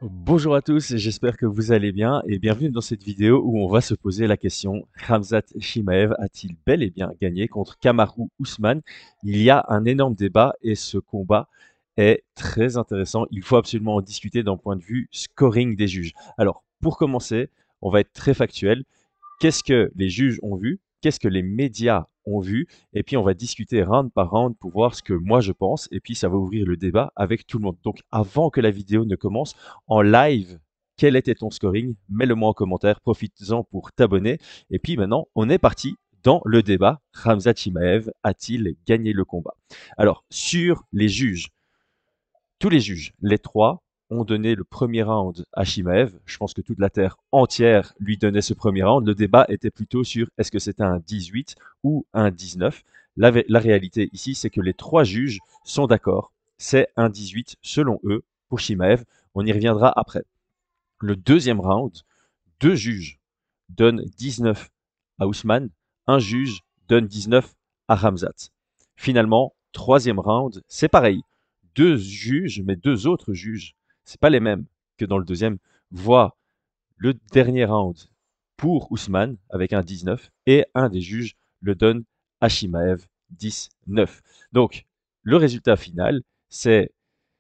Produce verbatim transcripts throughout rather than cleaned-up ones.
Bonjour à tous, j'espère que vous allez bien et bienvenue dans cette vidéo où on va se poser la question: Khamzat Chimaev a-t-il bel et bien gagné contre Kamaru Usman? Il y a un énorme débat et ce combat est très intéressant. Il faut absolument en discuter d'un point de vue scoring des juges. Alors, pour commencer, on va être très factuel. Qu'est-ce que les juges ont vu? Qu'est-ce que les médias ont vu? Et puis on va discuter round par round pour voir ce que moi je pense. Et puis ça va ouvrir le débat avec tout le monde. Donc avant que la vidéo ne commence, en live, quel était ton scoring? Mets-le moi en commentaire, profites-en pour t'abonner. Et puis maintenant, on est parti dans le débat. Khamzat Chimaev a-t-il gagné le combat? Alors, sur les juges, tous les juges, les trois, ont donné le premier round à Chimaev. Je pense que toute la Terre entière lui donnait ce premier round. Le débat était plutôt sur est-ce que c'était un dix-huit ou un dix-neuf. La, la réalité ici, c'est que les trois juges sont d'accord. C'est un dix-huit selon eux pour Chimaev. On y reviendra après. Le deuxième round, deux juges donnent dix-neuf à Ousmane, un juge donne dix-neuf à Khamzat. Finalement, troisième round, c'est pareil. Deux juges, mais deux autres juges, c'est pas les mêmes que dans le deuxième, voient le dernier round pour Ousmane avec un dix-neuf et un des juges le donne à Chimaev dix-neuf. Donc, le résultat final, c'est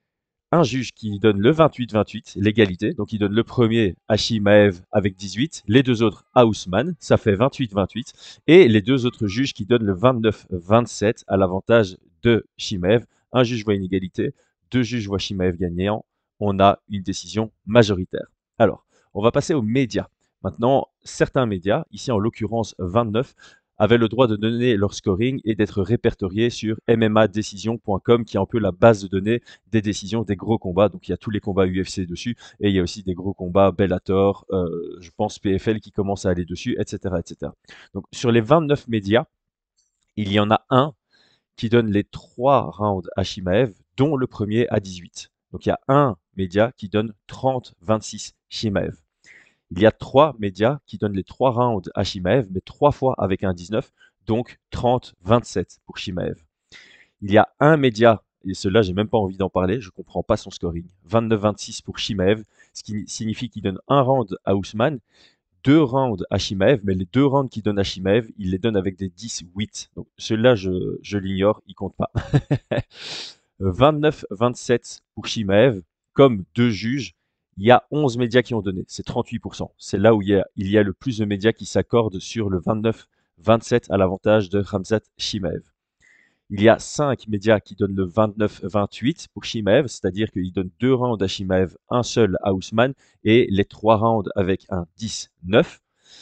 un juge qui donne le vingt-huit vingt-huit, l'égalité. Donc, il donne le premier à Chimaev avec dix-huit, les deux autres à Ousmane, ça fait vingt-huit vingt-huit. Et les deux autres juges qui donnent le vingt-neuf vingt-sept à l'avantage de Chimaev. Un juge voit une égalité, deux juges voient Chimaev gagnant. On a une décision majoritaire. Alors, on va passer aux médias. Maintenant, certains médias, ici en l'occurrence vingt-neuf, avaient le droit de donner leur scoring et d'être répertoriés sur m m a décision point com, qui est un peu la base de données des décisions des gros combats. Donc il y a tous les combats U F C dessus et il y a aussi des gros combats Bellator, euh, je pense P F L qui commence à aller dessus, et cetera, et cetera. Donc sur les vingt-neuf médias, il y en a un qui donne les trois rounds à Chimaev, dont le premier à dix-huit. Donc il y a un média qui donne trente vingt-six Chimaev. Il y a trois médias qui donnent les trois rounds à Chimaev, mais trois fois avec un dix-neuf, donc trente vingt-sept pour Chimaev. Il y a un média, et cela, j'ai même pas envie d'en parler, je comprends pas son scoring. vingt-neuf vingt-six pour Chimaev, ce qui signifie qu'il donne un round à Ousmane, deux rounds à Chimaev, mais les deux rounds qu'il donne à Chimaev, il les donne avec des dix huit. Donc celui-là, je, je l'ignore, il compte pas. vingt-neuf vingt-sept pour Chimaev, comme deux juges, il y a onze médias qui ont donné, c'est trente-huit pour cent. C'est là où il y, a, il y a le plus de médias qui s'accordent sur le vingt-neuf vingt-sept à l'avantage de Khamzat Chimaev. Il y a cinq médias qui donnent le vingt-neuf vingt-huit pour Chimaev, c'est-à-dire qu'ils donnent deux rounds à Chimaev, un seul à Ousmane, et les trois rounds avec un dix-neuf.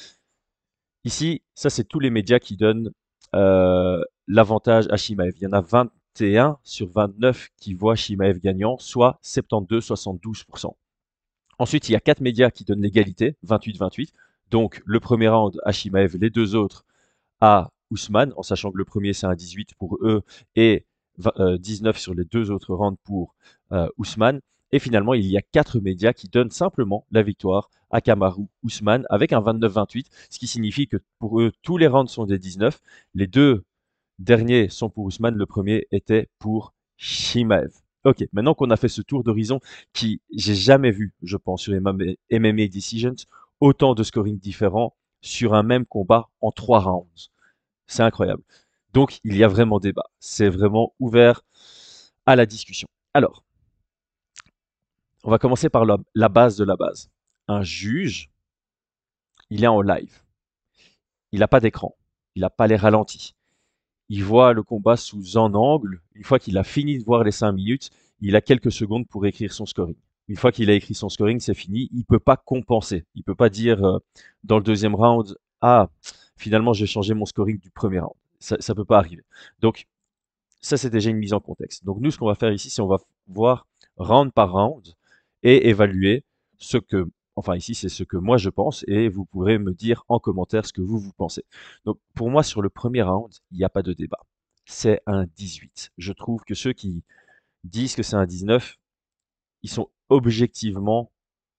Ici, ça c'est tous les médias qui donnent euh, l'avantage à Chimaev. Il y en a vingt et un sur vingt-neuf qui voient Chimaev gagnant, soit soixante-douze à soixante-douze pour cent. Ensuite, il y a quatre médias qui donnent l'égalité, vingt-huit vingt-huit. Donc le premier round à Chimaev, les deux autres à Ousmane, en sachant que le premier c'est un dix-huit pour eux et dix-neuf sur les deux autres rounds pour euh, Ousmane. Et finalement, il y a quatre médias qui donnent simplement la victoire à Kamaru Ousmane avec un vingt-neuf vingt-huit, ce qui signifie que pour eux, tous les rounds sont des dix-neuf. Les deux derniers sont pour Ousmane, le premier était pour Chimaev. Ok, maintenant qu'on a fait ce tour d'horizon qui, j'ai jamais vu, je pense, sur les M M A Decisions, autant de scoring différents sur un même combat en trois rounds. C'est incroyable. Donc, il y a vraiment débat. C'est vraiment ouvert à la discussion. Alors, on va commencer par la, la base de la base. Un juge, il est en live. Il n'a pas d'écran. Il n'a pas les ralentis. Il voit le combat sous un angle. Une fois qu'il a fini de voir les cinq minutes, il a quelques secondes pour écrire son scoring. Une fois qu'il a écrit son scoring, c'est fini. Il ne peut pas compenser. Il ne peut pas dire euh, dans le deuxième round, ah, finalement, j'ai changé mon scoring du premier round. Ça ne peut pas arriver. Donc, ça, c'est déjà une mise en contexte. Donc, nous, ce qu'on va faire ici, c'est on va voir round par round et évaluer ce que, enfin, ici, c'est ce que moi je pense et vous pourrez me dire en commentaire ce que vous, vous pensez. Donc, pour moi, sur le premier round, il n'y a pas de débat. C'est un dix-huit. Je trouve que ceux qui disent que c'est un dix-neuf, ils sont objectivement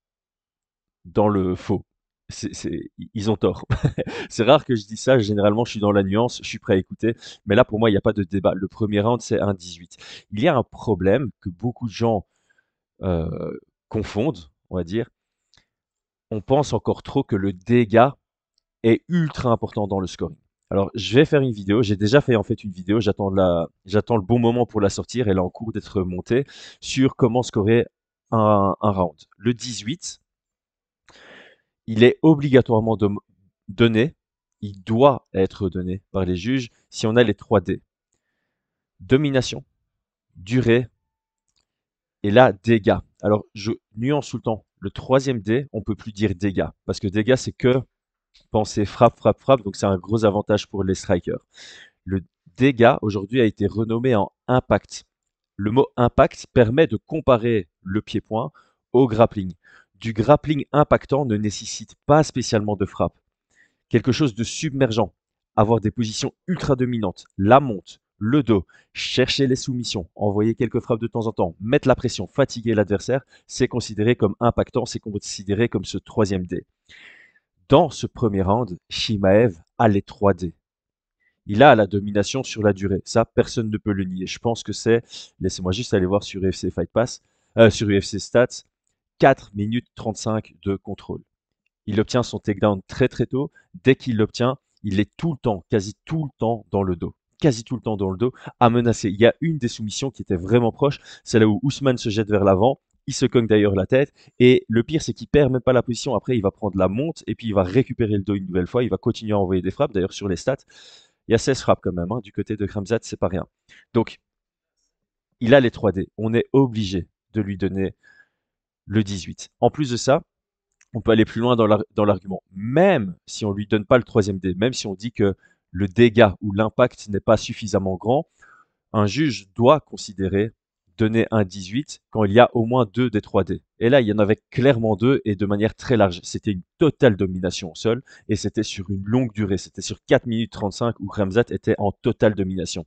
dans le faux. C'est, c'est, ils ont tort. C'est rare que je dise ça, généralement je suis dans la nuance, je suis prêt à écouter, mais là pour moi il n'y a pas de débat. Le premier round c'est un dix-huit. Il y a un problème que beaucoup de gens euh, confondent, on va dire, on pense encore trop que le dégât est ultra important dans le scoring. Alors, je vais faire une vidéo. J'ai déjà fait en fait une vidéo. J'attends la, j'attends le bon moment pour la sortir. Elle est en cours d'être montée sur comment scorer un, un round. Le dix-huit, il est obligatoirement de- donné. Il doit être donné par les juges si on a les trois D. Domination, durée et là, dégâts. Alors, je nuance tout le temps. Le troisième D, on peut plus dire dégâts parce que dégâts, c'est que penser frappe, frappe, frappe. Donc, c'est un gros avantage pour les strikers. Le dégât aujourd'hui a été renommé en impact. Le mot impact permet de comparer le pied-point au grappling. Du grappling impactant ne nécessite pas spécialement de frappe. Quelque chose de submergent, avoir des positions ultra dominantes, la monte, le dos, chercher les soumissions, envoyer quelques frappes de temps en temps, mettre la pression, fatiguer l'adversaire, c'est considéré comme impactant, c'est considéré comme ce troisième D. Dans ce premier round, Chimaev a les trois D. Il a la domination sur la durée. Ça, personne ne peut le nier. Je pense que c'est, laissez-moi juste aller voir sur U F C Fight Pass, euh, sur U F C Stats, quatre minutes trente-cinq de contrôle. Il obtient son takedown très très tôt. Dès qu'il l'obtient, il est tout le temps, quasi tout le temps dans le dos. Quasi tout le temps dans le dos, à menacer. Il y a une des soumissions qui était vraiment proche, c'est là où Ousmane se jette vers l'avant. Il se cogne d'ailleurs la tête. Et le pire, c'est qu'il perd même pas la position. Après, il va prendre la monte et puis il va récupérer le dos une nouvelle fois. Il va continuer à envoyer des frappes. D'ailleurs, sur les stats, il y a seize frappes quand même. Hein. Du côté de Khamzat, c'est pas rien. Donc, il a les trois D. On est obligé de lui donner le dix-huit. En plus de ça, on peut aller plus loin dans l'argument. Même si on lui donne pas le troisième dé, même si on dit que le dégât ou l'impact n'est pas suffisamment grand, un juge doit considérer donner un dix-huit quand il y a au moins deux des trois dés. Et là, il y en avait clairement deux et de manière très large. C'était une totale domination au sol et c'était sur une longue durée. C'était sur quatre minutes trente-cinq où Khamzat était en totale domination.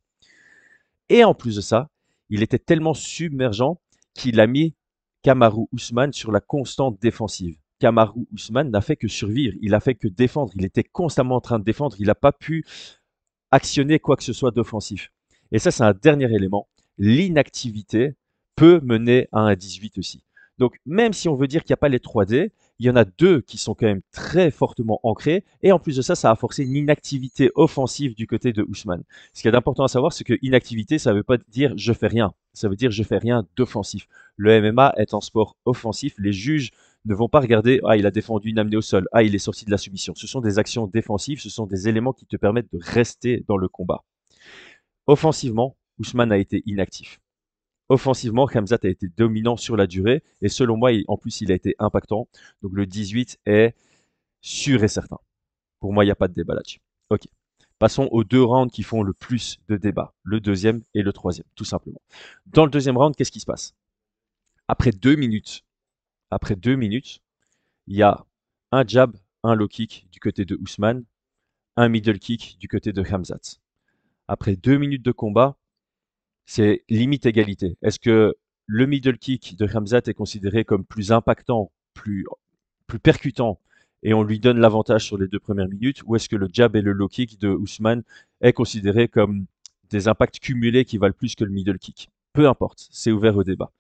Et en plus de ça, il était tellement submergent qu'il a mis Kamaru Usman sur la constante défensive. Kamaru Usman n'a fait que survivre, il a fait que défendre, il était constamment en train de défendre, il n'a pas pu actionner quoi que ce soit d'offensif. Et ça, c'est un dernier élément. L'inactivité peut mener à un dix-huit aussi. Donc, même si on veut dire qu'il n'y a pas les trois D, il y en a deux qui sont quand même très fortement ancrés. Et en plus de ça, ça a forcé une inactivité offensive du côté de Ousmane. Ce qui est important à savoir, c'est que inactivité, ça ne veut pas dire je fais rien. Ça veut dire je fais rien d'offensif. Le M M A est un sport offensif. Les juges ne vont pas regarder ah il a défendu une amenée au sol, ah il est sorti de la soumission. Ce sont des actions défensives, ce sont des éléments qui te permettent de rester dans le combat. Offensivement, Ousmane a été inactif. Offensivement, Khamzat a été dominant sur la durée et selon moi, il, en plus, il a été impactant. Donc le dix-huit est sûr et certain. Pour moi, il n'y a pas de débat là-dessus. Ok. Passons aux deux rounds qui font le plus de débat, le deuxième et le troisième, tout simplement. Dans le deuxième round, qu'est-ce qui se passe? Après deux minutes, après deux minutes, il y a un jab, un low kick du côté de Ousmane, un middle kick du côté de Khamzat. Après deux minutes de combat, c'est limite égalité. Est-ce que le middle kick de Khamzat est considéré comme plus impactant, plus, plus percutant, et on lui donne l'avantage sur les deux premières minutes, ou est-ce que le jab et le low kick de Ousmane est considéré comme des impacts cumulés qui valent plus que le middle kick? Peu importe, c'est ouvert au débat.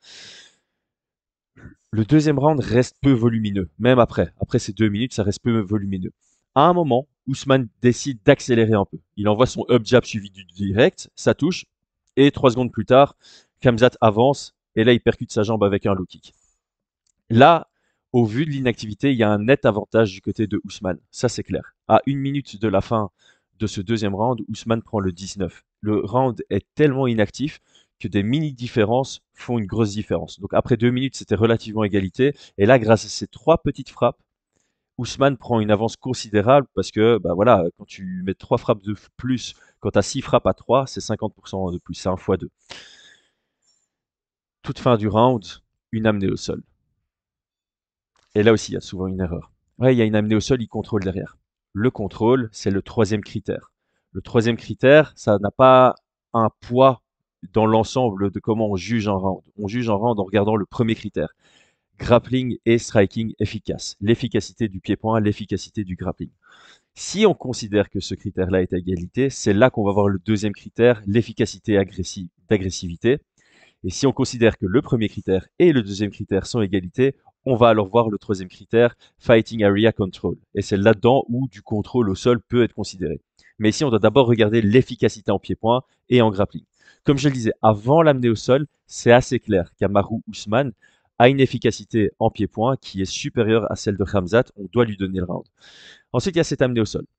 Le deuxième round reste peu volumineux, même après. Après ces deux minutes, ça reste peu volumineux. À un moment, Ousmane décide d'accélérer un peu. Il envoie son up jab suivi du direct, ça touche, et trois secondes plus tard, Khamzat avance, et là il percute sa jambe avec un low kick. Là, au vu de l'inactivité, il y a un net avantage du côté de Ousmane, ça c'est clair. À une minute de la fin de ce deuxième round, Ousmane prend le dix-neuf. Le round est tellement inactif que des mini-différences font une grosse différence. Donc après deux minutes, c'était relativement égalité. Et là, grâce à ces trois petites frappes, Ousmane prend une avance considérable parce que bah voilà, quand tu mets trois frappes de plus, quand tu as six frappes à trois, c'est cinquante pour cent de plus, c'est un fois deux. Toute fin du round, une amenée au sol. Et là aussi, il y a souvent une erreur. Ouais, il y a une amenée au sol, il contrôle derrière. Le contrôle, c'est le troisième critère. Le troisième critère, ça n'a pas un poids dans l'ensemble de comment on juge un round. On juge un round en regardant le premier critère. Grappling et striking efficace. L'efficacité du pied-point, l'efficacité du grappling. Si on considère que ce critère-là est à égalité, c'est là qu'on va voir le deuxième critère, l'efficacité d'agressivité. Et si on considère que le premier critère et le deuxième critère sont égalité, on va alors voir le troisième critère, Fighting Area Control. Et c'est là-dedans où du contrôle au sol peut être considéré. Mais ici, on doit d'abord regarder l'efficacité en pied-point et en grappling. Comme je le disais, avant l'amener au sol, c'est assez clair qu'Kamaru Usman a une efficacité en pied-point qui est supérieure à celle de Khamzat. On doit lui donner le round. Ensuite, il y a cet amené au sol.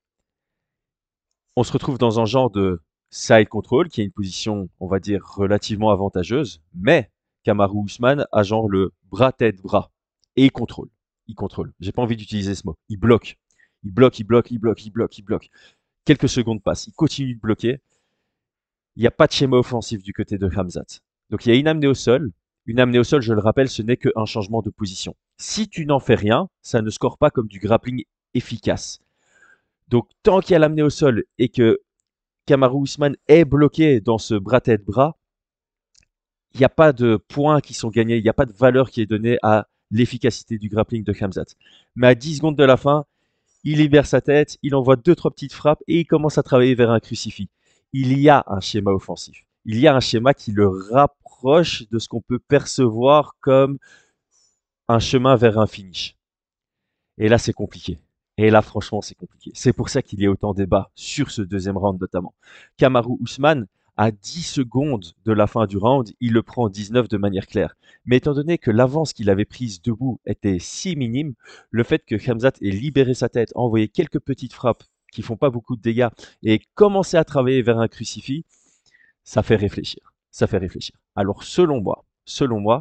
On se retrouve dans un genre de side control qui est une position, on va dire, relativement avantageuse, mais Kamaru Usman a genre le bras-tête-bras et il contrôle. Il contrôle. J'ai pas envie d'utiliser ce mot. Il bloque. Il bloque, il bloque, il bloque, il bloque, il bloque. Quelques secondes passent. Il continue de bloquer. Il n'y a pas de schéma offensif du côté de Khamzat. Donc il y a une amenée au sol. Une amenée au sol, je le rappelle, ce n'est qu'un changement de position. Si tu n'en fais rien, ça ne score pas comme du grappling efficace. Donc tant qu'il y a l'amenée au sol et que Kamaru Usman est bloqué dans ce bras-tête-bras, il n'y a pas de points qui sont gagnés, il n'y a pas de valeur qui est donnée à l'efficacité du grappling de Khamzat. Mais à dix secondes de la fin, il libère sa tête, il envoie deux, trois petites frappes et il commence à travailler vers un crucifix. Il y a un schéma offensif. Il y a un schéma qui le rapproche de ce qu'on peut percevoir comme un chemin vers un finish. Et là, c'est compliqué. Et là, franchement, c'est compliqué. C'est pour ça qu'il y a autant de débats sur ce deuxième round notamment. Kamaru Usman, à dix secondes de la fin du round, il le prend en dix-neuf de manière claire. Mais étant donné que l'avance qu'il avait prise debout était si minime, le fait que Khamzat ait libéré sa tête, envoyé quelques petites frappes qui font pas beaucoup de dégâts et commencé à travailler vers un crucifix, ça fait réfléchir. Ça fait réfléchir. Alors selon moi, selon moi,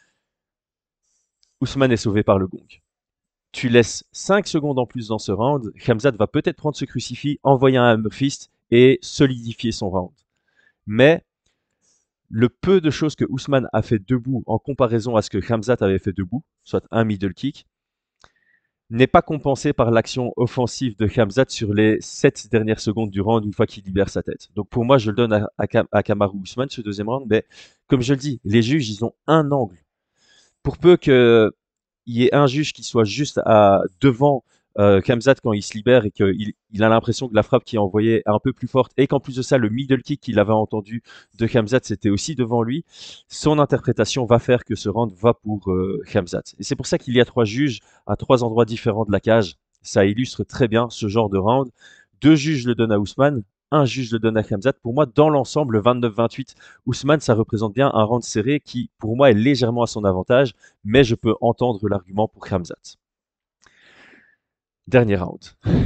Usman est sauvé par le gong. Tu laisses cinq secondes en plus dans ce round, Khamzat va peut-être prendre ce crucifix, envoyer un hammer fist et solidifier son round. Mais le peu de choses que Usman a fait debout en comparaison à ce que Khamzat avait fait debout, soit un middle kick, n'est pas compensé par l'action offensive de Khamzat sur les sept dernières secondes du round une fois qu'il libère sa tête. Donc pour moi, je le donne à, à, à Kamaru Usman ce deuxième round, mais comme je le dis, les juges, ils ont un angle. Pour peu que il y ait un juge qui soit juste à, devant euh, Khamzat quand il se libère et qu'il il a l'impression que la frappe qui est envoyée est un peu plus forte et qu'en plus de ça, le middle kick qu'il avait entendu de Khamzat, c'était aussi devant lui, son interprétation va faire que ce round va pour euh, Khamzat. Et c'est pour ça qu'il y a trois juges à trois endroits différents de la cage. Ça illustre très bien ce genre de round. Deux juges le donnent à Usman, un juge le donne à Khamzat. Pour moi, dans l'ensemble, le vingt-neuf vingt-huit, Usman, ça représente bien un round serré qui, pour moi, est légèrement à son avantage, mais je peux entendre l'argument pour Khamzat. Dernier round.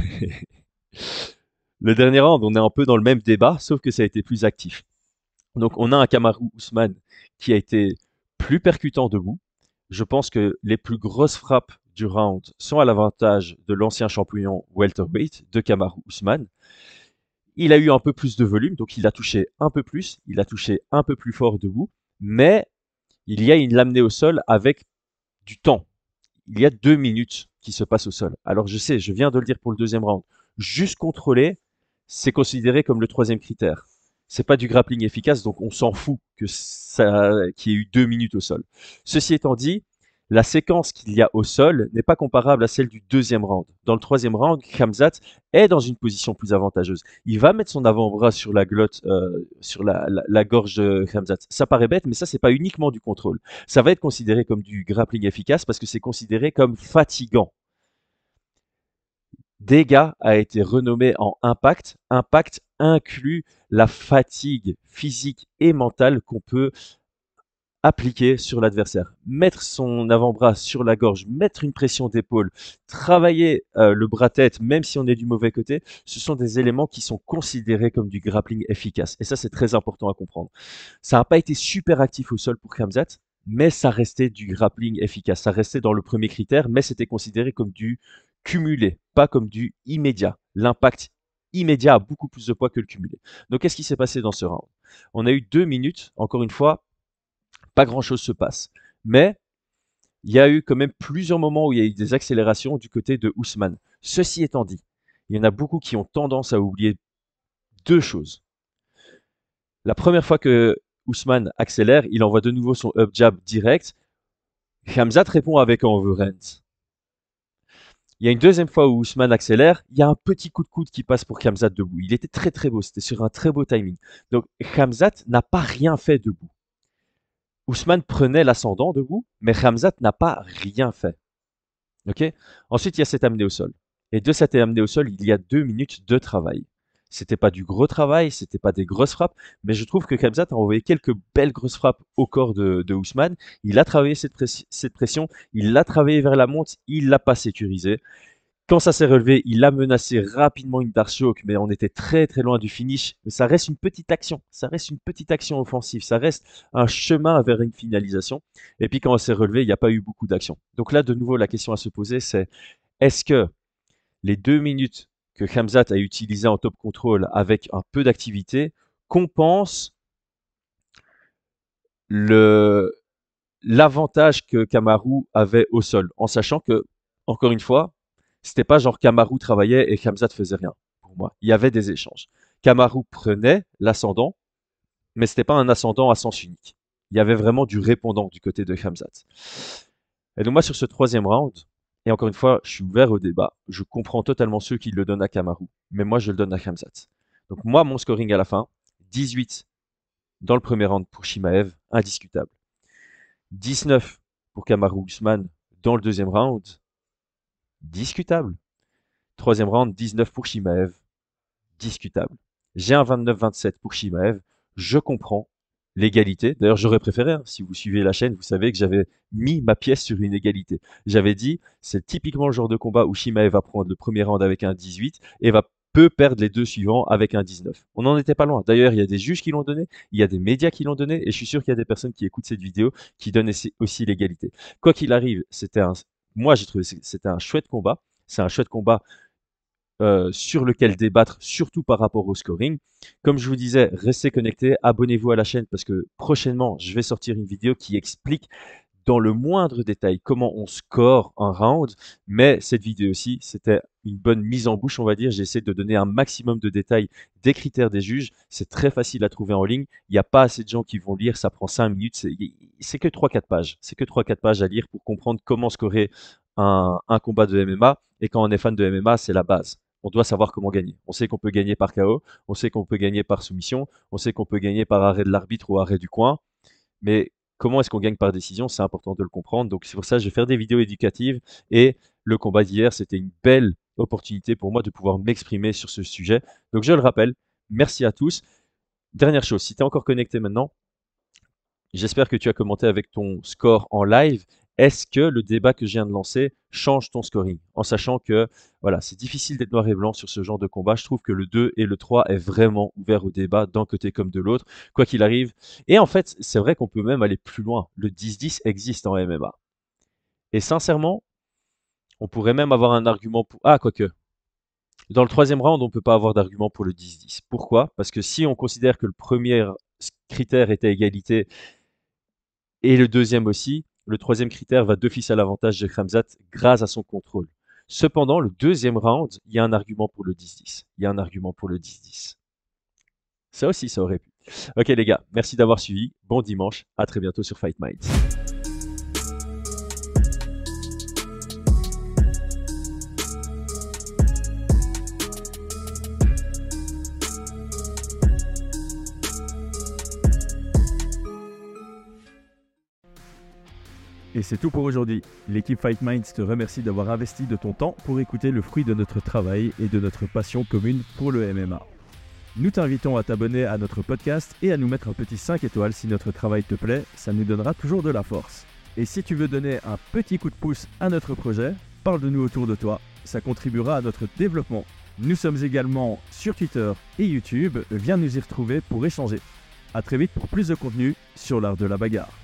Le dernier round, on est un peu dans le même débat, sauf que ça a été plus actif. Donc, on a un Kamaru Usman qui a été plus percutant debout. Je pense que les plus grosses frappes du round sont à l'avantage de l'ancien champion welterweight de Kamaru Usman. Il a eu un peu plus de volume, donc il a touché un peu plus, il a touché un peu plus fort debout, mais il y a une l'amener au sol avec du temps. Il y a deux minutes qui se passent au sol. Alors je sais, je viens de le dire pour le deuxième round. Juste contrôler, c'est considéré comme le troisième critère. C'est pas du grappling efficace, donc on s'en fout que ça, qu'il y ait eu deux minutes au sol. Ceci étant dit, la séquence qu'il y a au sol n'est pas comparable à celle du deuxième round. Dans le troisième round, Khamzat est dans une position plus avantageuse. Il va mettre son avant-bras sur la glotte, euh, sur la, la, la gorge de Khamzat. Ça paraît bête, mais ça, c'est pas uniquement du contrôle. Ça va être considéré comme du grappling efficace parce que c'est considéré comme fatigant. Dégâts a été renommé en impact. Impact inclut la fatigue physique et mentale qu'on peut appliquer sur l'adversaire. Mettre son avant-bras sur la gorge, mettre une pression d'épaule, travailler euh, le bras-tête, même si on est du mauvais côté, ce sont des éléments qui sont considérés comme du grappling efficace. Et ça, c'est très important à comprendre. Ça n'a pas été super actif au sol pour Khamzat, mais ça restait du grappling efficace. Ça restait dans le premier critère, mais c'était considéré comme du cumulé, pas comme du immédiat. L'impact immédiat a beaucoup plus de poids que le cumulé. Donc, qu'est-ce qui s'est passé dans ce round? On a eu deux minutes, encore une fois, pas grand-chose se passe. Mais il y a eu quand même plusieurs moments où il y a eu des accélérations du côté de Usman. Ceci étant dit, il y en a beaucoup qui ont tendance à oublier deux choses. La première fois que Usman accélère, il envoie de nouveau son up jab direct. Khamzat répond avec un overhand. Il y a une deuxième fois où Usman accélère, il y a un petit coup de coude qui passe pour Khamzat debout. Il était très très beau, c'était sur un très beau timing. Donc Khamzat n'a pas rien fait debout. Ousmane prenait l'ascendant debout, mais Khamzat n'a pas rien fait. Ok. Ensuite, il y a cet amené au sol. Et de cet amené au sol, il y a deux minutes de travail. C'était pas du gros travail, c'était pas des grosses frappes, mais je trouve que Khamzat a envoyé quelques belles grosses frappes au corps de, de Ousmane. Il a travaillé cette, pressi- cette pression, il l'a travaillé vers la monte, il l'a pas sécurisé. Quand ça s'est relevé, il a menacé rapidement une Dark mais on était très très loin du finish. Mais ça reste une petite action, ça reste une petite action offensive, ça reste un chemin vers une finalisation. Et puis quand on s'est relevé, il n'y a pas eu beaucoup d'action. Donc là, de nouveau, la question à se poser, c'est est-ce que les deux minutes que Khamzat a utilisées en top control avec un peu d'activité compensent le l'avantage que Kamaru avait au sol, en sachant que, encore une fois, c'était pas genre Kamaru travaillait et Khamzat faisait rien. Pour moi, il y avait des échanges. Kamaru prenait l'ascendant, mais c'était pas un ascendant à sens unique. Il y avait vraiment du répondant du côté de Khamzat. Et donc moi, sur ce troisième round, et encore une fois, je suis ouvert au débat. Je comprends totalement ceux qui le donnent à Kamaru, mais moi, je le donne à Khamzat. Donc moi, mon scoring à la fin, dix-huit dans le premier round pour Shimaev, indiscutable. dix-neuf pour Kamaru Usman dans le deuxième round, discutable. Troisième round, dix-neuf pour Shimaev, discutable. J'ai un vingt-neuf vingt-sept pour Shimaev, je comprends l'égalité. D'ailleurs, j'aurais préféré, hein, si vous suivez la chaîne, vous savez que j'avais mis ma pièce sur une égalité. J'avais dit, c'est typiquement le genre de combat où Shimaev va prendre le premier round avec un dix-huit et va peut perdre les deux suivants avec un dix-neuf. On n'en était pas loin. D'ailleurs, il y a des juges qui l'ont donné, il y a des médias qui l'ont donné, et je suis sûr qu'il y a des personnes qui écoutent cette vidéo qui donnent aussi l'égalité. Quoi qu'il arrive, c'était un, moi j'ai trouvé que c'était un chouette combat. C'est un chouette combat euh, sur lequel débattre, surtout par rapport au scoring. Comme je vous disais, restez connectés, abonnez-vous à la chaîne parce que prochainement, je vais sortir une vidéo qui explique dans le moindre détail comment on score un round, mais cette vidéo aussi, c'était une bonne mise en bouche, on va dire. J'ai essayé de donner un maximum de détails des critères des juges. C'est très facile à trouver en ligne. Il n'y a pas assez de gens qui vont lire, ça prend cinq minutes. C'est, c'est que trois quatre pages. C'est que trois quatre pages à lire pour comprendre comment scorer un, un combat de M M A. Et quand on est fan de M M A, c'est la base. On doit savoir comment gagner. On sait qu'on peut gagner par K O, on sait qu'on peut gagner par soumission, on sait qu'on peut gagner par arrêt de l'arbitre ou arrêt du coin. Mais comment est-ce qu'on gagne par décision? C'est important de le comprendre. Donc c'est pour ça que je vais faire des vidéos éducatives. Et le combat d'hier, c'était une belle opportunité pour moi de pouvoir m'exprimer sur ce sujet. Donc je le rappelle, merci à tous. Dernière chose, si tu es encore connecté maintenant, j'espère que tu as commenté avec ton score en live. Est-ce que le débat que je viens de lancer change ton scoring? En sachant que voilà, c'est difficile d'être noir et blanc sur ce genre de combat. Je trouve que le deux et le trois est vraiment ouvert au débat d'un côté comme de l'autre, quoi qu'il arrive. Et en fait, c'est vrai qu'on peut même aller plus loin. Le dix dix existe en M M A. Et sincèrement, on pourrait même avoir un argument pour... Ah, quoique. Dans le troisième round, on ne peut pas avoir d'argument pour le dix dix. Pourquoi? Parce que si on considère que le premier critère était égalité et le deuxième aussi, le troisième critère va d'office à l'avantage de Khamzat grâce à son contrôle. Cependant, le deuxième round, il y a un argument pour le dix dix. Il y a un argument pour le dix dix. Ça aussi, ça aurait pu. Ok les gars, merci d'avoir suivi. Bon dimanche, à très bientôt sur Fight Minds. Et c'est tout pour aujourd'hui. L'équipe Fight Minds te remercie d'avoir investi de ton temps pour écouter le fruit de notre travail et de notre passion commune pour le M M A. Nous t'invitons à t'abonner à notre podcast et à nous mettre un petit cinq étoiles si notre travail te plaît, ça nous donnera toujours de la force. Et si tu veux donner un petit coup de pouce à notre projet, parle de nous autour de toi, ça contribuera à notre développement. Nous sommes également sur Twitter et YouTube, viens nous y retrouver pour échanger. A très vite pour plus de contenu sur l'art de la bagarre.